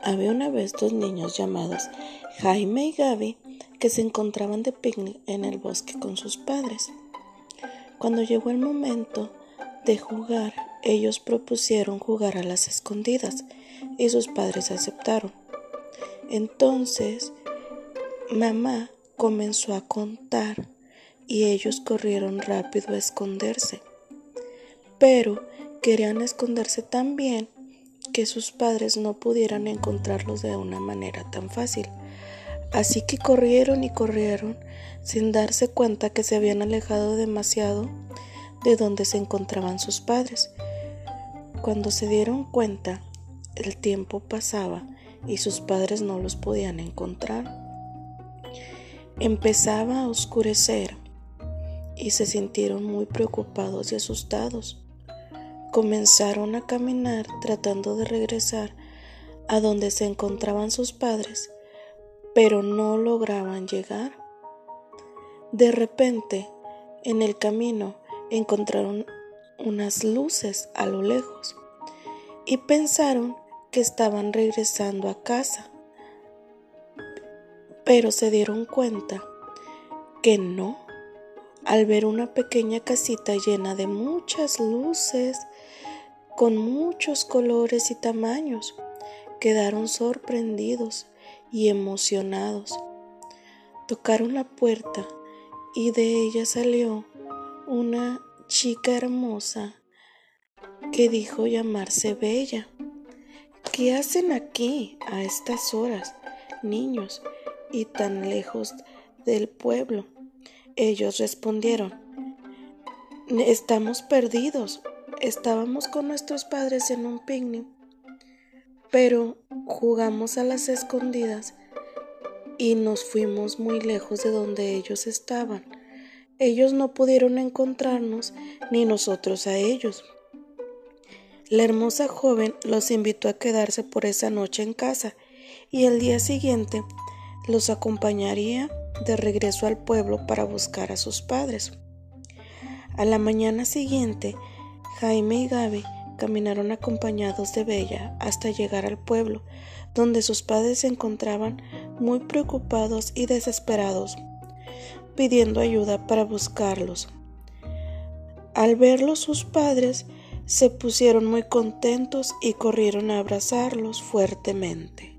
Había una vez dos niños llamados Jaime y Gaby que se encontraban de picnic en el bosque con sus padres. Cuando llegó el momento de jugar, ellos propusieron jugar a las escondidas y sus padres aceptaron. Entonces, mamá comenzó a contar y ellos corrieron rápido a esconderse. Pero querían esconderse tan bien que sus padres no pudieran encontrarlos de una manera tan fácil. Así que corrieron y corrieron sin darse cuenta que se habían alejado demasiado de donde se encontraban sus padres. Cuando se dieron cuenta, el tiempo pasaba y sus padres no los podían encontrar. Empezaba a oscurecer y se sintieron muy preocupados y asustados. Comenzaron a caminar tratando de regresar a donde se encontraban sus padres, pero no lograban llegar. De repente, en el camino encontraron unas luces a lo lejos y pensaron que estaban regresando a casa, pero se dieron cuenta que no. Al ver una pequeña casita llena de muchas luces, con muchos colores y tamaños, quedaron sorprendidos y emocionados. Tocaron la puerta y de ella salió una chica hermosa que dijo llamarse Bella. ¿Qué hacen aquí a estas horas, niños, y tan lejos del pueblo? Ellos respondieron: estamos perdidos. Estábamos con nuestros padres en un picnic, pero jugamos a las escondidas y nos fuimos muy lejos de donde ellos estaban. Ellos no pudieron encontrarnos ni nosotros a ellos. La hermosa joven los invitó a quedarse por esa noche en casa y el día siguiente los acompañaría de regreso al pueblo para buscar a sus padres. A la mañana siguiente, Jaime y Gaby caminaron acompañados de Bella hasta llegar al pueblo, donde sus padres se encontraban muy preocupados y desesperados, pidiendo ayuda para buscarlos. Al verlos, sus padres se pusieron muy contentos y corrieron a abrazarlos fuertemente.